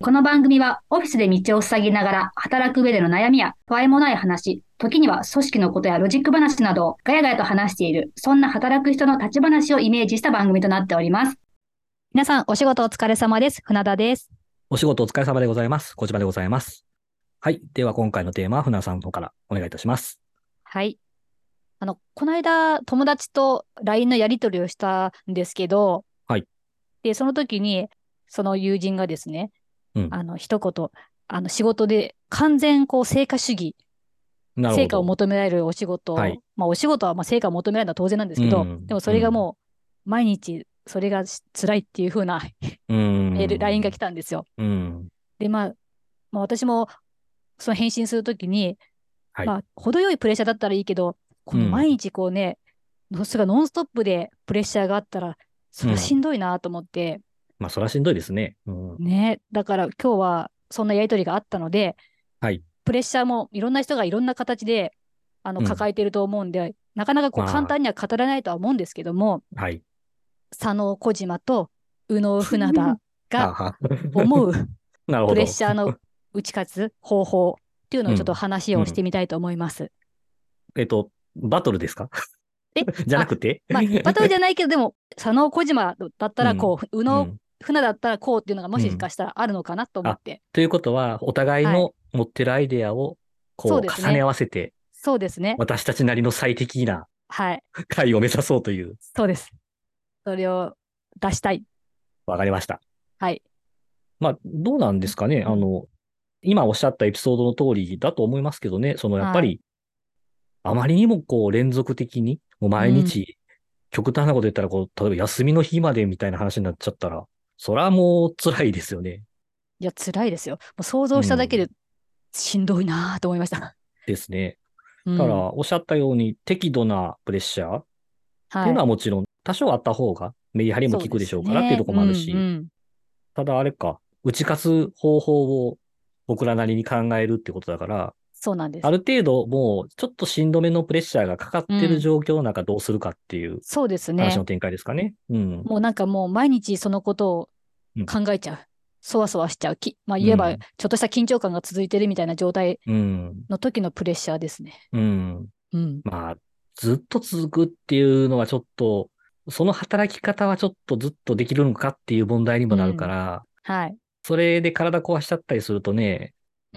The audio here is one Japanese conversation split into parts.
この番組はオフィスで道を塞ぎながら働く上での悩みや不安もない話、時には組織のことやロジック話などをガヤガヤと話している、そんな働く人の立ち話をイメージした番組となっております。皆さんお仕事お疲れ様です。船田です。 お仕事お疲れ様でございます。小島でございます。はい。では今回のテーマは船田さんの方からお願いいたします。 はい。この間友達と LINE のやり取りをしたんですけど、 はい。 で、その時にその友人がですね、 うん。 一言、仕事で完全成果主義、成果をなるほど。 求められるお仕はい。 事、まあお仕事は成果を求められるのは当然なんですうけど、でん。 もそうん。 れがもう毎日それが辛いっていう風なう LINE がん。 来たんですよ。 うん。 で、まあ私もその返信するときに、 はい。 まあ程よいプレッシャーだったらいいけど、こうん。 の毎日それがノンストップでプレッシャーがあったら、それはしうん。 んどいなと思って、 まあ、それはしんどいですね。うん。 ね、だから今日はそんなやりとりがあったので、 はい。 プレッシャーもいろんな人がいろんな形でうん。 抱えていると思うんで、なかなか簡ま単には語らないとは思うんですけども、 あ、はい。 佐野小島と宇野船田がはあはあ。 思うプレッなるほど。 シャーの打ち勝つ方法っていうのをちょっとうん。 話をしてうん。 みたいと思います。 バトルですか？ で、 じゃなくて。 まあ、バトルじゃないけど、でも、佐野小島だったうん。 らこう、宇野うん。 船だったらこうっていうのがもうん。 しかしたらあるのかなと思っあ、 て。 ということは、お互いはい。 の持ってるアイデアを、重ねそうですね。 合わせて、 そうですね。 私たちなりの最適なはい。 回を目指そうという。 そうです。それを出したい。 わかりました。 はい。 まあ、どうなんですかね。 うん。 今おっしゃったエピソードの通りだと思いますけどね。やっぱはい。 り、あまりにも連続的に、もううん。 毎日、極端なこと言ったら、例えば休みの日までみたいな話になっちゃったら、それはもう辛いですよね。 いや、辛いですよ。もう想像しただけうん。 でしんどいなと思いました。 ですね。だから、 うん。 おっしゃったように、適度なプレッシャーっていうはい。 のはもちろん、多少あった方が、メリハリも効くでしそうですょうからっていうね。 ところうん、うもあるし、 ん。 ただあれか、打ち勝つ方法を僕らなりに考えるってことだから、 そうなんです。 ある程度もうちょっとしんどめのプレッシャーがかかってるうん。 状況の中どうするかっていうそうですね。 話の展開ですかね。うん。 もう毎日そのことをうん。 考えちゃう。そわそわしちゃう。まあ言えば、 うん。 ちょっとした緊張感が続いてるみたいな状態うん。 の時のプレッシャーですね。 うん。 うん。 まあ、ずっと続くっていうのはちょっと、その働き方はちょっとずっとできるのかっていう問題にもなるかうん。 ら、 はい。 それで体壊しちゃったりするとね、 うん。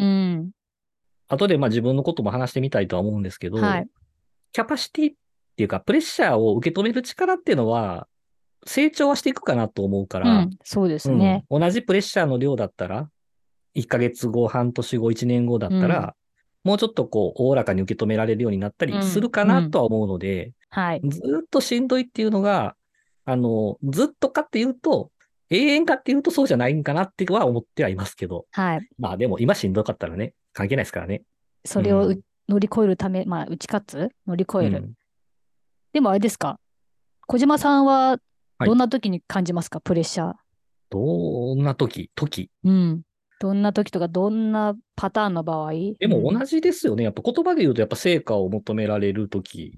後で自分のことも話してみたいとは思うんですけど、 はい。 キャパシティっていうか、プレッシャーを受け止める力っていうのは、成長はしていくかなと思うから、 うん。そうでうん。 すね。 同じプレッシャーの量だったら、1ヶ月後、半年後、1年後だっうん。 たら、もうちょっとおおらかに受け止められるようになったりするうん。 かうん。 なとは思うので、 はい。 ずーっとしんどいっていうのが、ずっとかっていうと、永遠かっていうとそうじゃないんかなっては思ってはいますけど。 はい。 まあでも今しんどかったらね、関係ないですからね。 それをうん。 乗り越えるため、まあ、打ち勝つ乗り越える。 うん。 でもあれですか？小島さんははい。 どんな時に感じますか？プレッシャー。 どんな時。 うん。どんな時とか、どんなパターンの場合？うん。 でも同じですよね。やっぱ言葉で言うとやっぱ成果を求められる時うん。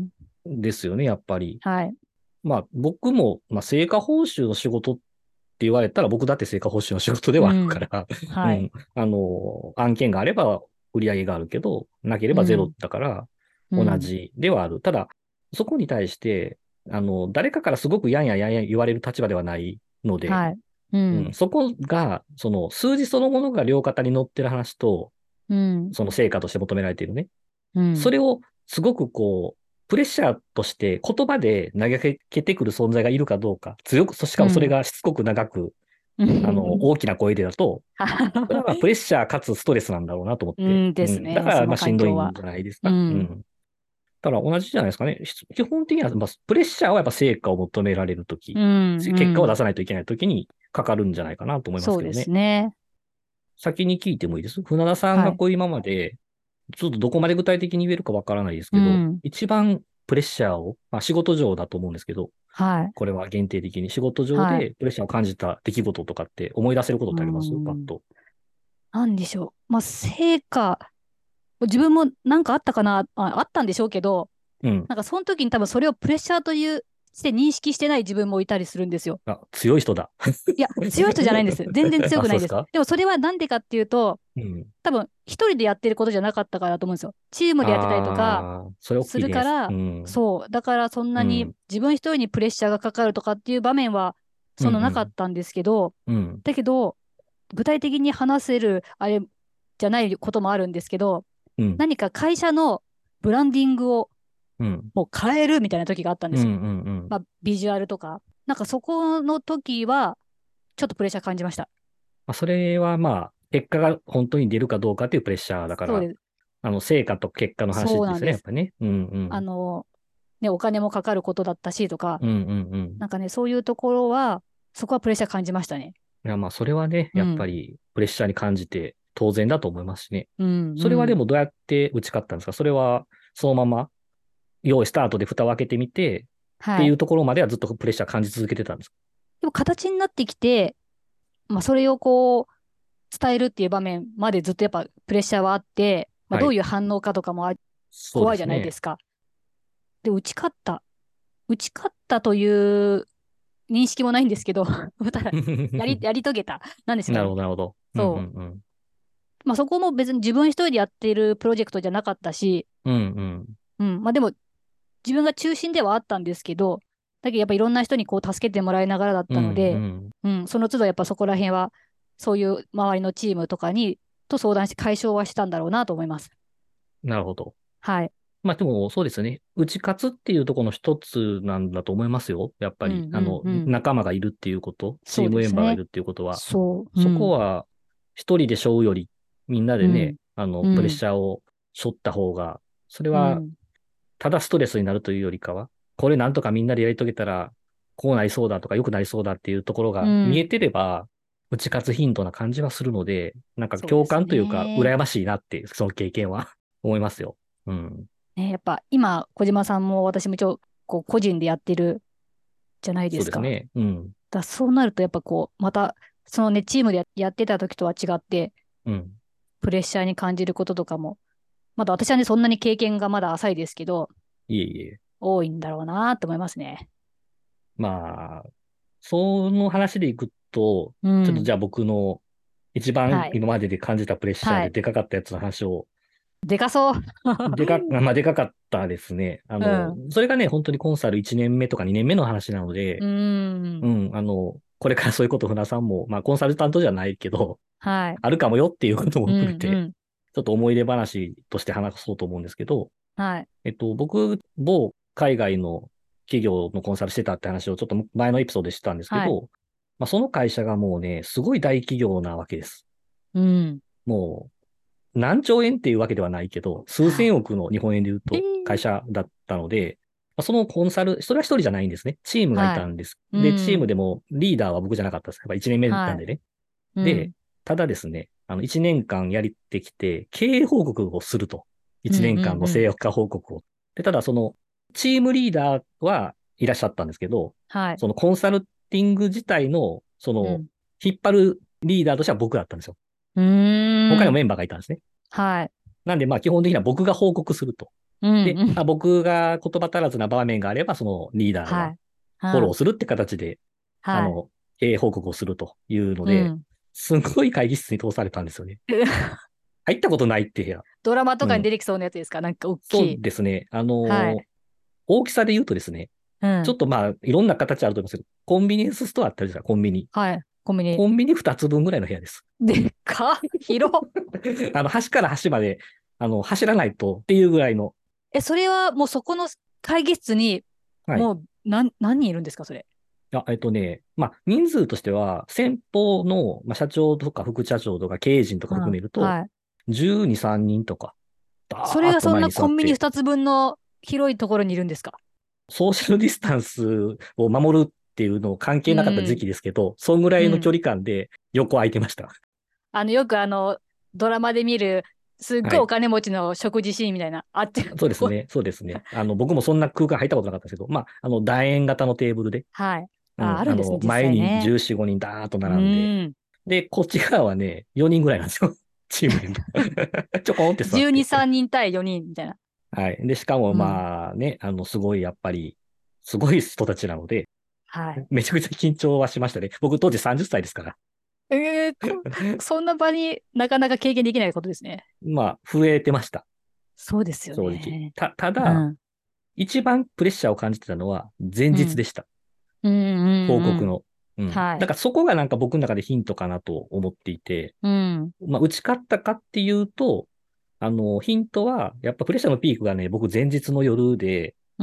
ですよね、やっぱり。 はい。 まあ僕も、成果報酬の仕事って言われたら僕だって成果報酬の仕事ではあるかうん。 ら、うはい。 ん。案件があれば売り上げがあるけど、なければゼロうん。 だから同うん。 じではある。ただ、そこに対して、誰かからすごくやんややんや言われる立場ではないので、 はい。ううん、 ん。 そこが、その数字そのものが両肩に乗ってる話と、 うん。 その成果として求められているね。 うん。 それをすごくプレッシャーとして言葉で投げかけてくる存在がいるかどうか、強く、しかもそれうん。 がしつこく長く、 うん。 大きな声でだと、それはプレッシャーかつストレスなんだろうなと思って。 うんでうん。だすね。 から、 そのしんどいん環境は。 じゃないですか。ううん。 ん。ただ同じじゃないですかね。基本的には、プレッシャーはやっぱ成果を求められるとき、 うん。う結果を出ん。 さないといけないときにかかるんじゃないかなと思いますそうでけどね。 すね。 先に聞いてもいいです？船田さんはい。 が今まで、ちょっとどこまで具体的に言えるかわからないですけど、 うん。 一番プレッシャーを、仕事上だと思うんですけど、 はい。 これは限定的に仕事上はい。 でプレッシャーを感じた出来事とかって思い出せることっうてありますパッん。 と？ なんでしょう。まあ、成果、自分もなんかあったかな、あったんでしょうけど、 うん。 なんかその時に多分それをプレッシャーというして認識してない自分もいたりするんですよ。 あ、強い人だ。 いや、強い人じゃないんです。全然強くないです。 あ、そうですか？ でもそれはなんでかっていうと、 うん。 多分一人でやってることじゃなかったからだと思うんですよ。チームでやってたりとかああ、それ大すきいです。 るから、 うん。 そう、だからそんなにうん。 自分一人にプレッシャーがかかるとかっていう場面はうん。 そのなかっうん。 たんですけど、 うん。 だけど、具体的に話せるあれじゃないこともあるんですけど、 うん。 何か会社のブランディングをうん。 もう変えるみたいな時があったんでうん。 すよ。 うん。うん。 まあ、ビジュアルとか。なんかそこの時は、ちょっとプレッシャー感じました。 まあ、それはまあ、結果が本当に出るかどうかっていうプレッシャーだから、 そうです。 成果と結果の話ですね、 そうなんです。 やっぱね。うんうん。 あの、ね、お金もかかることだったしとか、 うんうんうん。 なんかね、そういうところは、そこはプレッシャー感じましたね。 いや、まあ、それはね、やっぱうん。 りプレッシャーに感じて当然だと思いますしね。 うん、 それはでうん。 もどうやって打ち勝ったんですか？それは、そのまま、用意スタートで蓋を開けてみて、ってはい。 いうところまではずっとプレッシャー感じ続けてたんですか？ でも形になってきて、まあ、それをこう、伝えるっていう場面までずっとやっぱプレッシャーはあって、まあ、 はい。 どういう反応かとかもそうで怖いじゃないですね。 すか。で、打ち勝ったという認識もないんですけど、ただ、やり遂げた。なんですかね。 なるほど、なるほど。うんうそんうん。 う。まあそこも別に自分一人でやっているプロジェクトじゃなかったし、 うんうん。 うん。まあでも自分が中心ではあったんですけど、だけどやっぱいろんな人にこう助けてもらいながらだっうんたので、 うん。 うん。その都度やっぱそこら辺は、そういう周りのチームとかに、と相談して解消はしたんだろうなと思います。 なるほど。 はい。 まあでもそうですね。打ち勝つっていうところの一つなんだと思いますよ。やっぱり。 うんうんうん。 仲間がいるっていうこと、チそうームメですね。 ンバーがいるっていうことは、 そう。うそこん。 は一人で背負うより、みんなでね、 うん。うプレッん。 シャーを背負った方が、それはうん。 ただストレスになるというよりかは、これなんとかみんなでやり遂げたら、こうなりそうだとか良くなりそうだっていうところうが見えん。 てれば、打ち勝つヒントな感じはするので、なんか共そうです感というか、 ね。 羨ましいなって、その経験は思いますよ。うん。 ね、やっぱ今、小島さんも私も一応、こう、個人でやってるじゃないですか。 そうですね。うん。 そうなると、やっぱこう、また、そのね、チームでやってた時とは違って、 うん。 プレッシャーに感じることとかも、まだ私はね、そんなに経験がまだ浅いですけど、 いえいえ。 多いんだろうなと思いますね。 まあ、その話でいくと、 うん。 ちょっとじゃあ僕の一番はい。 今までで感じたプレッシャーはい。 ででかかったやつの話を、 でかそう。 まあでかかったですね。 うん。 それがね、本当にコンサル1年目とか2年目の話なのうで、うん。 ん、これからそういうこと船さんも、まあコンサルタントじゃないけど、 はい。 あるかもよっていうこともうん。う含めて、 ん。 ちょっと思い出話として話そうと思うんですけど、 はい。 僕、某海外の企業のコンサルしてたって話をちょっと前のエピソードでしてたんですけはい。 ど、まあ、その会社がもうね、すごい大企業なわけです。 うん。 もう、何兆円っていうわけではないけど、数千億の日本円で言うと会社だったので、まあそのコンサル、それは一人じゃないんですね。チームがいはい。 たんです。 うで、チームん。 でもリーダーは僕じゃなかったです。やっぱ1年目なはい。 んでね。で、 うん。 ただですね、1年間やってきて、経営報告をすると。1 うん。 年間のうん。 成果報告を。で、ただチームリーダーはいらっしゃったんですけど、 はい。 そのコンサルティング自体の、 うん。 引っ張るリーダーとしては僕だったんですよ。 うーん。 他にもメンバーがいたんですね。 はい。 なんで、まあ、基本的には僕が報告すると。 うん。 で、 うん。 僕が言葉足らずな場面があれば、そのリーダーがはい。うん。 フォローするって形で、 はい。 経営報告をするというので、 うん。 すごい会議室に通されたんですよね。入ったことないって部屋。 ドラマとうん。 かに出てきそうなやつですか？なんか大きそうい。 ですね。 はい。 大きさで言うとですね、 うん。 ちょっとまあ、いろんな形あると思いますけど、コンビニエンスストアってあるじゃないですか、コンビニ。 はい。コンビニ。 コンビニ2つ分ぐらいの部屋です。 でっか広っ。 端から端まで、走らないとっていうぐらいの。 え、それはもうそこの会議室に、 はい。 もう何人いるんですか、それ？ まあ、人数としては、先方の、まあ、社長とか副社長とか経営陣とか含はい。 めると、 はい。 12、3人とか、 それがそんだーっと前なコンビニに座って、 2つ分の広いところにいるんですか？ ソーシャルディスタンスを守るっていうのを関係うなかった時ん。 期ですけど、そんぐらいの距うん。 離感で横空いてました。 よくドラマで見る、すっごいおはい。 金持ちの食事シーンみたいな、あって、こう、 そうですね。そうですね。僕もそんな空間入ったことなかったですけど、まあ、楕円型のテーブルで、 はい。あ、 うん、 あるんですね、実前に際ね。 14、5人ダーッとう並んで、 ーん。 で、こっち側はね、4人ぐらいなんですよ。チームで言うと。ちょこんって座っ 12、 て。 3人対4人みたいな。 はい。で、しかもうん。 まあね、すごいやっぱり、 すごい人たちなので、 はい。 めちゃくちゃ緊張はしましたね。僕当時30歳ですから。 そんな場になかなか経験できないことですね。 まあ、震えてました。 そうですよ正直。 ね。 ただ、 うん。 一番プレッシャーを感じてたのは前うん。 日でした。 うんうんうん。 報告の。うん。 はい。 だからそこがなんか僕の中でヒントかなと思っていて、 うん。 まあ、打ち勝ったかっていうと、ヒントは、やっぱプレッシャーのピークがね、僕前日の夜で、 うん。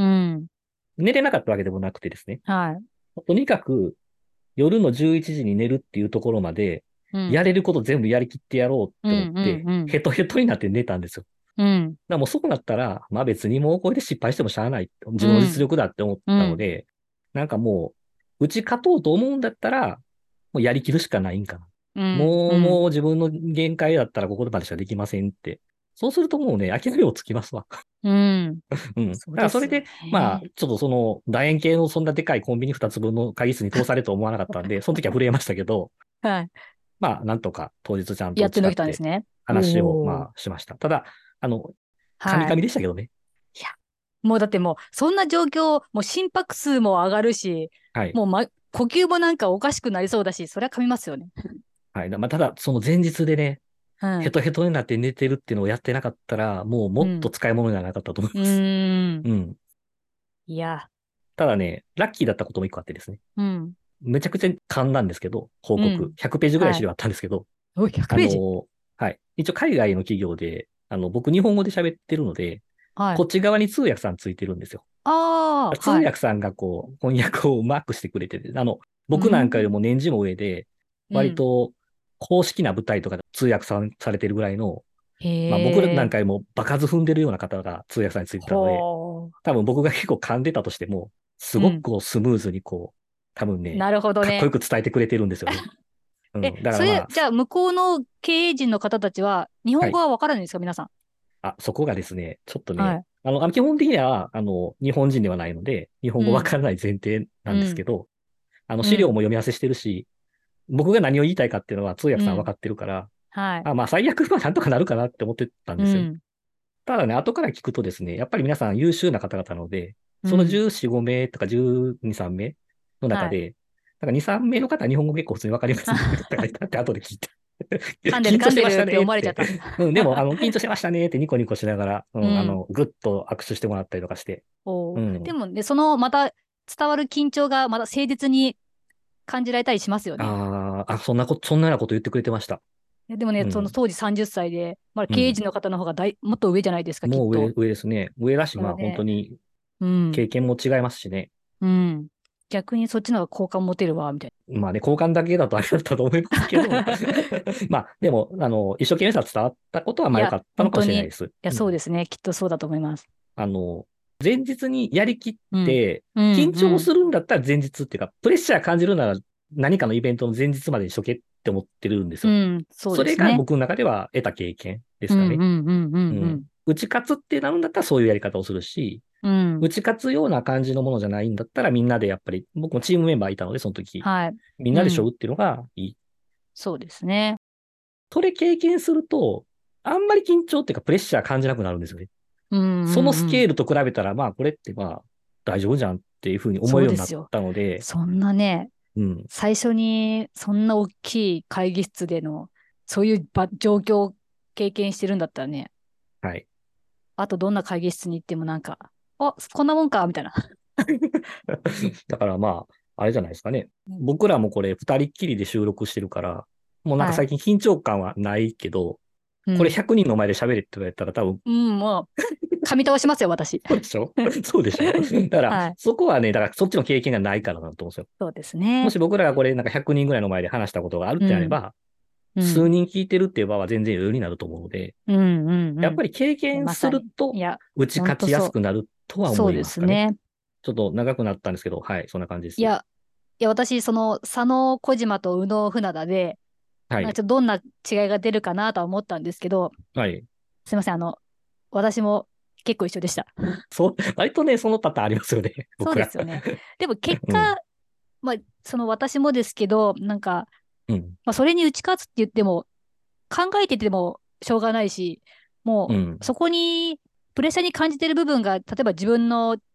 寝れなかったわけでもなくてですね。 はい。 とにかく、夜の11時に寝るっていうところまで、 うん。 やれること全部やりきってやろうって思っうんうんて、 うん。 ヘトヘトになって寝たんですよ。 うん。 からもうそうなったら、まあ別にもうこれで失敗してもしゃあない。自分の実うん。 力だって思っうん。 たので、なんかもう、打ち勝とうと思うんだったら、もうやりきるしかないんかな。 うん。うもう、 ん。 もう自分の限界だったらここまでしかできませんって。そうするともうね、諦めをつきますわ。 うん。 うん。だそうですよからそれで、まあ、 ね。 ちょっとその、楕円形のそんなでかいコンビニ2つ分の会議室に通されると思わなかったんで、その時は震えましたけど、 はい。 まあ、なんとか当日ちゃんとやっての誓ってけたんですね。 話を、 おお。 まあ、しました。ただ、カミカはい。 ミでしたけどね。 いや、もうだってもう、そんな状況、もう心拍数も上がるし、 はい。 もう、呼吸もなんかおかしくなりそうだし、そりゃ噛みますよね。 はい。まあ、ただ、その前日でね、 うん。 ヘトヘトになって寝てるっていうのをやってなかったら、もうもっとうん。 使い物にならなかったと思いうます。 ーん。 うん。 いや。 ただね、ラッキーだったことも一個あってですね。 うん。 めちゃくちゃ噛んだんですけど、報告。 うん。 100ページぐらいはい。 資料あったんですけど、 おい、100 あページ。 のはい。一応海外の企業で、僕日本語で喋ってるので、 はい。 こっち側に通訳さんついてるんですよ。 ああ、 通はい。 訳さんがこう、翻訳をうまくしてくれてて、 う僕なんかよりん。 も年次も上で、 うん。 割と公式な舞台とかで通訳されてるぐらいの、 へまあ僕なんえ。 かよりも場数踏んでるような方が通訳さんについてたので、 ほう。 多分僕が結構噛んでたとしても、すうん。 ごくこうスムーズにこう、多分ね、 なるほどね。 かっこよく伝えてくれてるんですよね。うん。だからまあ、 じゃあ、向こうの経営陣の方たちは、日はい。 本語はわからないんですか、皆さん。 あ、そこがですね、ちょっとね、 はい。 基本的には、日本人ではないので、日本語わうん。 からない前提なんですけうん。 ど、資料もうん。 読み合わせしてるし、僕が何を言いたいかっていうのは通訳うん。 さん分かってるから、 はい。 まあ最悪はなんとかなるかなって思ってたんですよね。 うん。 ただね、後から聞くとですね、やっぱり皆さん優秀な方々なので、そのうん。 14、5名とか12、3名の中はい。 で、なんか2、3名の方は日本語結構普通にわかりますねって書いてあって後で聞いて。 噛んでる緊張してました噛んでるってねって。 思われちゃった。 うん、でも、緊張してましたねってニコニコしながら、 うん。 ぐっと握手してもらったりとかして。 おー。でうん。 もね、また伝わる緊張がまた誠実に感じられたりしますよね。 そんなようなこと言ってくれてました。 いやでもね、そのうん。 当時30歳で、まだうん。 経営陣の方の方がもっと上じゃないですか、きっと。 上ですね。上だし、まあ本当だからね、 にうん。 経験も違いますしね。 うん。逆にそっちの方が好感持てるわ、みたいまあね、交換だけだとあれだったと思いますけど、 な。 まあ、でも、一生懸命さ伝わったことはいや、 まあ良かったのかも本当に、いしれないです。 や、 うん。 そうですね。きっとそうだと思います。 前日にやりきっうん。 て、 うん、 緊張うん。 するんだったら前日っていうか、プレッシャー感じるなら何かのイベントの前日までにしとけって思ってるんですよ。 うん、そうそですね。 れが僕の中では得た経験でうん、 すかね。 うん、うん、うん、ううん。 ん。 打ち勝つってなるんだったらそういうやり方をするし、 うん。 打ち勝つような感じのものじゃないんだったらみんなでやっぱり、僕もチームメンバーいたので、その時、 はい。 みんなで勝負うん。 っていうのがいい。 そうですね。 それ経験すると、あんまり緊張っていうかプレッシャー感じなくなるんですよね。 うん、 そのうん、うん。 スケールと比べたら、まあこれってまあ大丈夫じゃんっていうふうに思えるようになっそうですよ。 たので、 そんなね、 うん。 最初にそんな大きい会議室での、そういう状況を経験してるんだったらね、 はい。 あとどんな会議室に行ってもなんか、あ、こんなもんか、みたいな。 だからまあ、あれじゃないですかね。僕らもこれ二人っきりで収録してるから、もうなんかはい。 最近緊張感はないけど、これうん。 100人の前で喋れって言われたら多分、 うん、もう、噛み倒しますよ、私。 そうでしょそうでしょだから、 はい。 そこはね、だからそっちの経験がないからだと思うんですよ。 そうですね。 もし僕らがこれなんか100人ぐらいの前で話したことがあるっうん、 てなれば、数うん、 人聞いてるっていう場は全然余裕になると思うので、 うん、うん、うん。 やっぱり経いや、 験すまさに。いるとや、 打ちほん勝ちやすとそう。 くなるとは思そうでいますかね。 すね。 ちょっと長くなったんですけど、はい、そんな感じです。 いや、私、佐野小島と宇野船田で、 はい。 なんかちょっとどんな違いが出るかなとは思ったんですけど、 はい。 すいません、私も結構一緒でした。 割とね、そのパターンありますよね、 そう僕ら。 ですよね。でも結うん。 果、まあ、私もですけど、なんか、 うん。 まあ、それに打ち勝つって言っても、考えててもしょうがないし、もうん。 う、そこに、プレッシャーに感じてる部分が、例えば自分の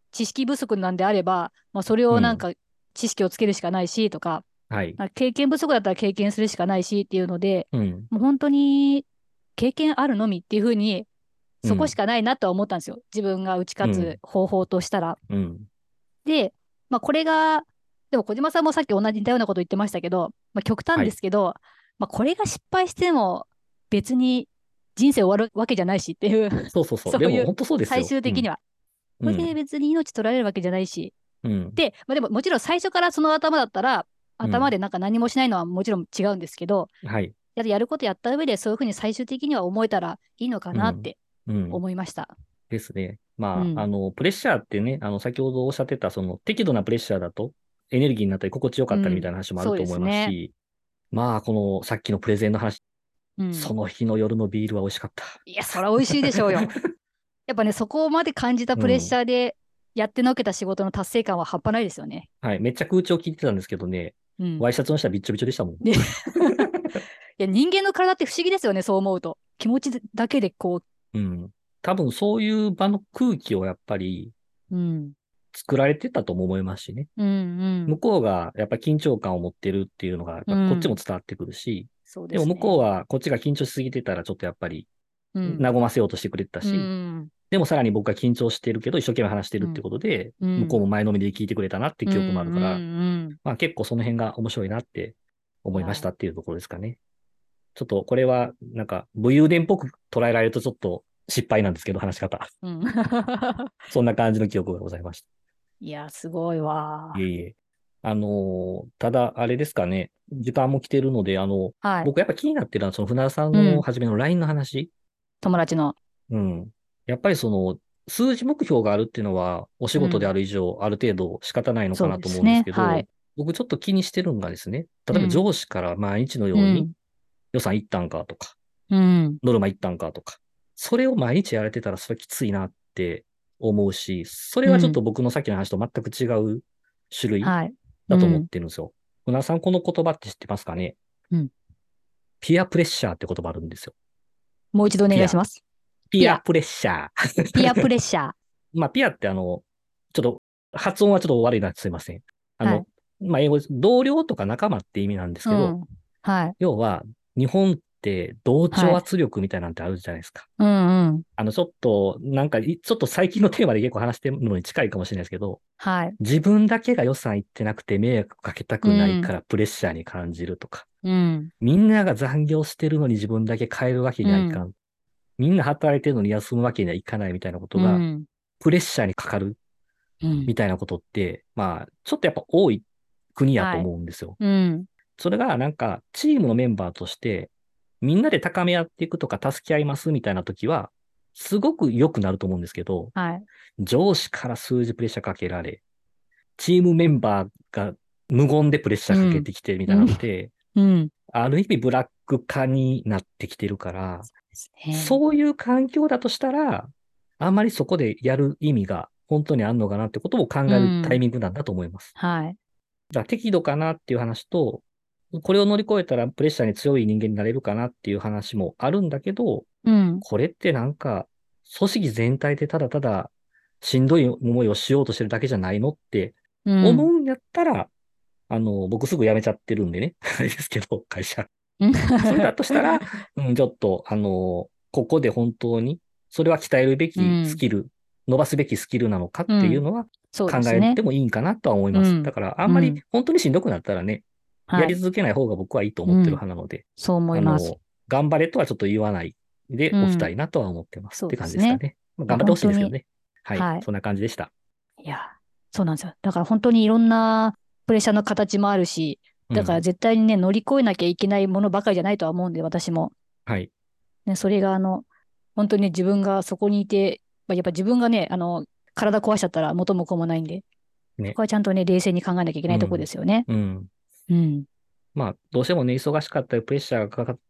知識不足なんであれば、まあ、それをなんか知識をつけるしかないしとか、 はい。 経験不足だったら経験するしかないしっていうので、 うん。 もう本当に経験あるのみっていうふうに、そこしうん。 かないなとは思ったんですよ。自分が打ち勝つうん。 方法としたら。 うん。 で、まあこれが、でも小島さんもさっき同じ似たようなこと言ってましたけど、まあ極端はい。 ですけど、まあこれが失敗しても別に人生終わるわけじゃないしっていう、 そうそうそう。 そういうでも本当そうです最よ。うん。 終的には。これでうん。 別に命取られるわけじゃないし。 うん。 で、まあでももちろん最初からその頭だったら、 うん。 頭でなんか何もしないのはもちろん違うんですけど、 はい。 やることやった上でそういうふうに最終的には思えたらいいのかうん。 なってうん。 思いました。 ですね。まあ、 うん。 プレッシャーってね、先ほどおっしゃってた、その適度なプレッシャーだと、エネルギーになったり心地よかったりみたいうん。 な話もあるそうと思いますですね。 し、まあ、このさっきのプレゼンの話、 うん。 その日の夜のビールは美味しかった。 いや、そら美味しいでしょうよ。やっぱね、そこまで感じたプレッシうん。 ャーでやってのけた仕事の達成感は半端ないですよね。 はい。めっちゃ空調聞いてたんですけどね、 うん。 ワイシャツの下びっちょびちょでしたもん。 で、いや、人間の体って不思議ですよね、そう思うと。気持ちだけでこうん。多分そういう場の空気をやっぱりう、うん。 作られてたとも思いますしね。 うん、うん。 向こうがやっぱ緊張感を持ってるっていうのが、やっぱこっちもうん。 伝わってくるし、 そうででも向こうすね。 はこっちが緊張しすぎてたらちょっとやっぱりうん。 和ませようとしてくれてたうし、 ん。 でもさらに僕が緊張してるけど一生懸命話してるってうん。 ことで、 うん。 向こうも前のめりで聞いてくれたなっていううん。 記憶もあるから、 うん。 まあ結構その辺が面白いなって思いましいや、 たっていうところですかね。ちょっとこれはなんか武勇伝っぽく捉えられるとちょっと失敗なんですけど話し方。 うん。 そんな感じの記憶がございました。 いや、すごいわ。 いえいえ。ただ、あれですかね。時間も来てるので、 はい。 僕やっぱ気になってるのは、その船田さんうん。 の初めの LINE の話。 友達の。 うん。やっぱりその、数字目標があるっていうのは、お仕事であうん。 る以上、ある程度仕方ないのかそうなと思うんですですね。 けど、 はい。 僕ちょっと気にしてるのがですね、例えばうん。 上司から毎日のようにうん。 予算いったんかとか、 うん。 ノルマいったんかとか、それを毎日やられてたらそれきついなって思うし、それはちょっうん。 と僕のさっきの話と全く違う種類はい。うだと思っん。 てるんですよ。船田さん、この言葉って知ってますかね？ うん。 ピアプレッシャーって言葉あるんですよ。 もう一度お願ピア。 いします。ピア。 ピアプレッシャピアプー。 レッシャー。 まあ、ピアってちょっと発音はちょっと悪いな、すいません。あの、 はい。 まあ、英語です。同僚とか仲間って意味なんですけど、 うん。はい。 要は、日本って同はい。 調圧力みたいなんてあるじゃないですか。 うんうん。 ちょっと、なんか、ちょっと最近のテーマで結構話してるのに近いかもしれないですけど、 はい。 自分だけが予算いってなくて迷惑かけたくないうん。 からプレッシャーに感じるとか、 うん。 みんなが残業してるのに自分だけ帰るわけうん。 にはいかん。みんな働いてるのに休むわけにはいかないみたいなことが、 うん。 プレッシャーにかかるうん。 みたいなことって、まあ、ちょっとやっぱ多い国やとはい。 思うんですよ。 うん。 それがなんか、チームのメンバーとして、みんなで高め合っていくとか助け合いますみたいな時は、すごく良くなると思うんですけど、 はい。 上司から数字プレッシャーかけられ、チームメンバーが無言でプレッシャーかけうん。 てきてみたいなうん。 のって、 うん。 ある意味ブラック化になってきてるから、 ですね。 そういう環境だとしたら、あんまりそこでやる意味が本当にあるのかなってことを考うえるタイん。 ミングなんだと思います。 はい。 じゃあ適度かなっていう話と、これを乗り越えたらプレッシャーに強い人間になれるかなっていう話もあるんだけど、 うん。 これってなんか、組織全体でただただしんどい思いをしようとしてるだけじゃないのってうん。 思うんやったら、僕すぐ辞めちゃってるんでね。あれですけど、会社。 うん。 それだとしたら、ちょっと、ここで本当に、それは鍛えるべうん。 きスキル、伸ばすべきスキルなのかっうん。 ていうのはそう考ですね。 えてもいいんかなとは思います。だうん。 から、あんまりうん。 本当にしんどくなったらね、やはい。 り続けない方が僕はいいと思ってるうん。 派なので、 そう思います。 あの、頑張れとはちょっと言わないでおきたうん。 いなとは思ってますそうって感ですね。 じですかね。まあ、 いや、 頑張ってほ本当に。 しいんですけどね。はい。 はい。 そんな感じでした。 いや、そうなんですよ。だから本当にいろんなプレッシャーの形もあるし、だからうん。 絶対にね、乗り越えなきゃいけないものばかりじゃないとは思うんで、私も。 はい。 ね、それが本当にね自分がそこにいて、まあ、やっぱ自分がね、体壊しちゃったら元も子もないんで、そね。 こはちゃんとね、冷静に考えなきゃいけないところでうん。 すよね。 うん。 うん。 まあ、どうしてもね、忙しかったり、プレッシャーがかかって、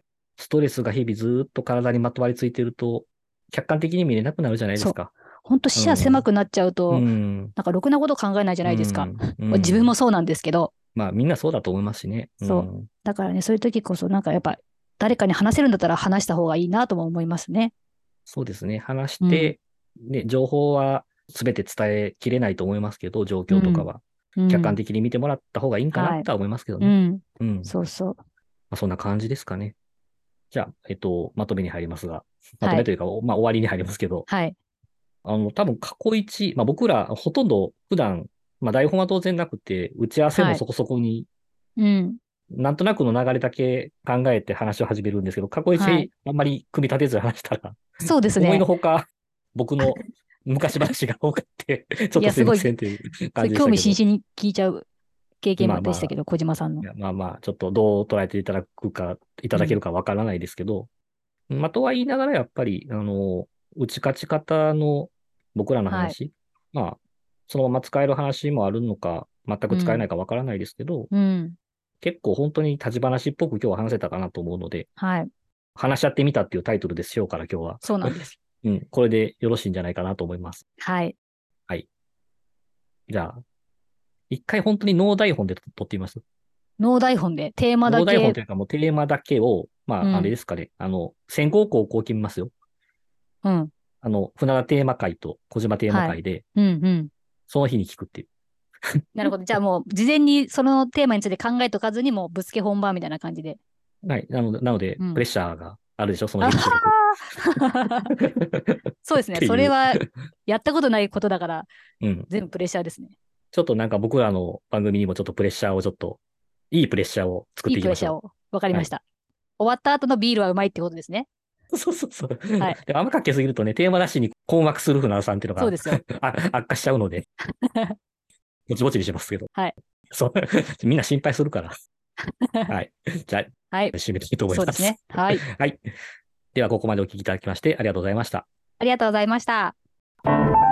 ストレスが日々ずーっと体にまとわりついてると、客観的に見れなくなるじゃないでそう。 すか。 本当視野狭うん。 くなっちゃううと、 ん。 なんかろくなこと考えないじゃうないですか。 ん。う自分もん。 そうなんですけど、 まあ、みんなそうだと思いますしね。うそう。 ん。 だからね、そういう時こそなんかやっぱ誰かに話せるんだったら話した方がいいなとも思いますね。 そうですね。話しうん。 て、ね、情報は全て伝えきれないと思いますけど、状況とかは。客観的に見てもらった方がいいんかなとは思いますけどね。 そうそう。 そんな感じですかね。じゃあ、まとめに入りますが、まとめというか、終わりに入りますけど、 はい。 多分過去一、僕らほとんど普段、台本は当然なくて、打ち合わせもそこそこに、なんとなくの流れだけ考えて話を始めるんですけど、過去一、あんまり組み立てず話したら、 そうですね。 思いのほか、僕の昔話が多くて、ちょっとすいませんという感じでしたけど。 興味津々に聞いちゃう経験もでしたけど、小島さんの。 ちょっとどう捉えていただけるかわからないですけど、とは言いながらやっぱり、打ち勝ち方の僕らの話、そのまま使える話もあるのか、全く使えないかわからないですけど、結構本当に立ち話っぽく今日は話せたかなと思うので、話し合ってみたっていうタイトルでしようから今日は。 そうなんです。 これでよろしいんじゃないかなと思います。 はい。 はい。じゃあ、一回本当にノー台本で撮ってみます。 ノー台本でテーマだけ。 ノー台本というかもうテーマだけを、あれですかね。先行後攻決めますよ。船田テーマ会と小島テーマ会で、その日に聞くっていう。 なるほど。じゃあもう、事前にそのテーマについて考えとかずに、もうぶつけ本番みたいな感じで。 はい。なので、プレッシャーがあるでしょ、その日に収録。そうですね。それは、やったことないことだから、全部プレッシャーですね。 ちょっとなんか僕らの番組にもちょっとプレッシャーをいいプレッシャーを作っていきましょう。 いいプレッシャーを。わかりました。終わった後のビールはうまいってことですね。 そう。はい。あんまかけすぎるとね、テーマなしに困惑する船田さんっていうのが、 そうですよ。 悪化しちゃうので、ぼちぼちにしますけど。 はい。 みんな心配するから。はい。じゃあ、締めたいと思います。 そうですね。はい。 はい。では、ここまでお聞きいただきまして、ありがとうございました。 ありがとうございました。